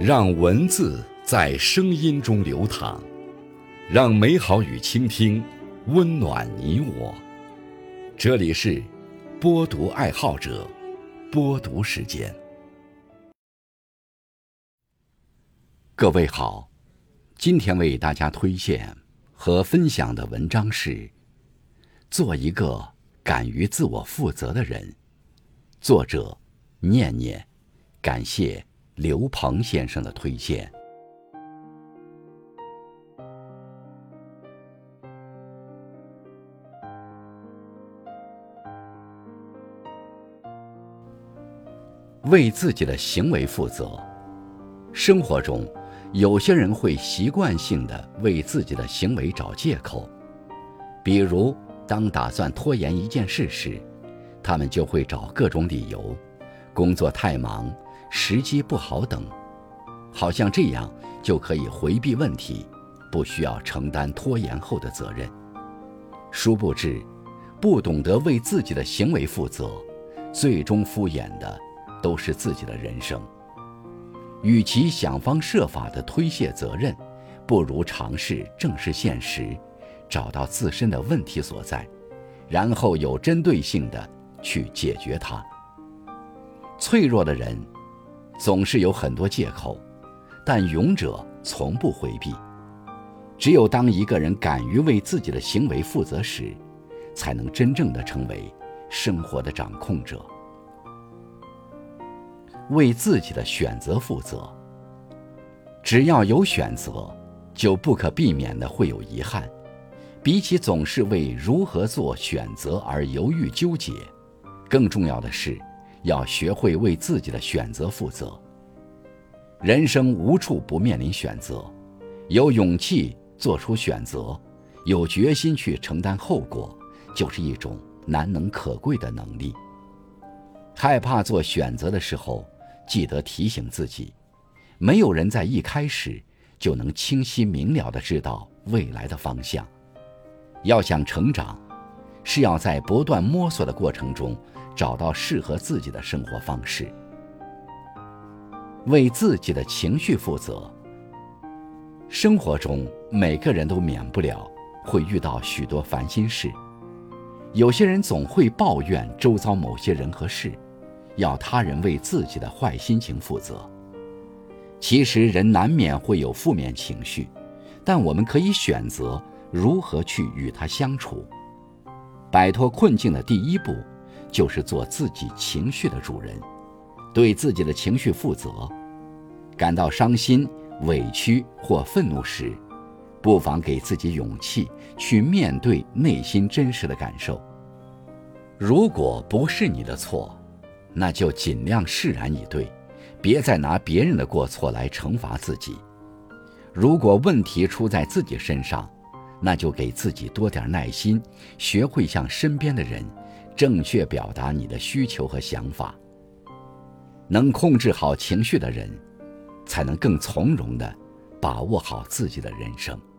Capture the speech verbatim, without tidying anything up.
让文字在声音中流淌，让美好与倾听温暖你我。这里是播读爱好者播读时间。各位好，今天为大家推荐和分享的文章是做一个敢于自我负责的人，作者念念，感谢刘鹏先生的推荐。为自己的行为负责。生活中，有些人会习惯性地为自己的行为找借口，比如当打算拖延一件事时，他们就会找各种理由，工作太忙，时机不好等，好像这样就可以回避问题，不需要承担拖延后的责任。殊不知，不懂得为自己的行为负责，最终敷衍的都是自己的人生。与其想方设法地推卸责任，不如尝试正视现实，找到自身的问题所在，然后有针对性地去解决它。脆弱的人总是有很多借口，但勇者从不回避。只有当一个人敢于为自己的行为负责时，才能真正地成为生活的掌控者。为自己的选择负责。只要有选择，就不可避免的会有遗憾。比起总是为如何做选择而犹豫纠结，更重要的是要学会为自己的选择负责。人生无处不面临选择，有勇气做出选择，有决心去承担后果，就是一种难能可贵的能力。害怕做选择的时候，记得提醒自己，没有人在一开始就能清晰明了地知道未来的方向。要想成长，是要在不断摸索的过程中找到适合自己的生活方式。为自己的情绪负责。生活中每个人都免不了会遇到许多烦心事，有些人总会抱怨周遭某些人和事，要他人为自己的坏心情负责。其实人难免会有负面情绪，但我们可以选择如何去与它相处。摆脱困境的第一步，就是做自己情绪的主人，对自己的情绪负责。感到伤心、委屈或愤怒时，不妨给自己勇气去面对内心真实的感受。如果不是你的错，那就尽量释然以对，别再拿别人的过错来惩罚自己。如果问题出在自己身上，那就给自己多点耐心，学会向身边的人正确表达你的需求和想法。能控制好情绪的人，才能更从容地把握好自己的人生。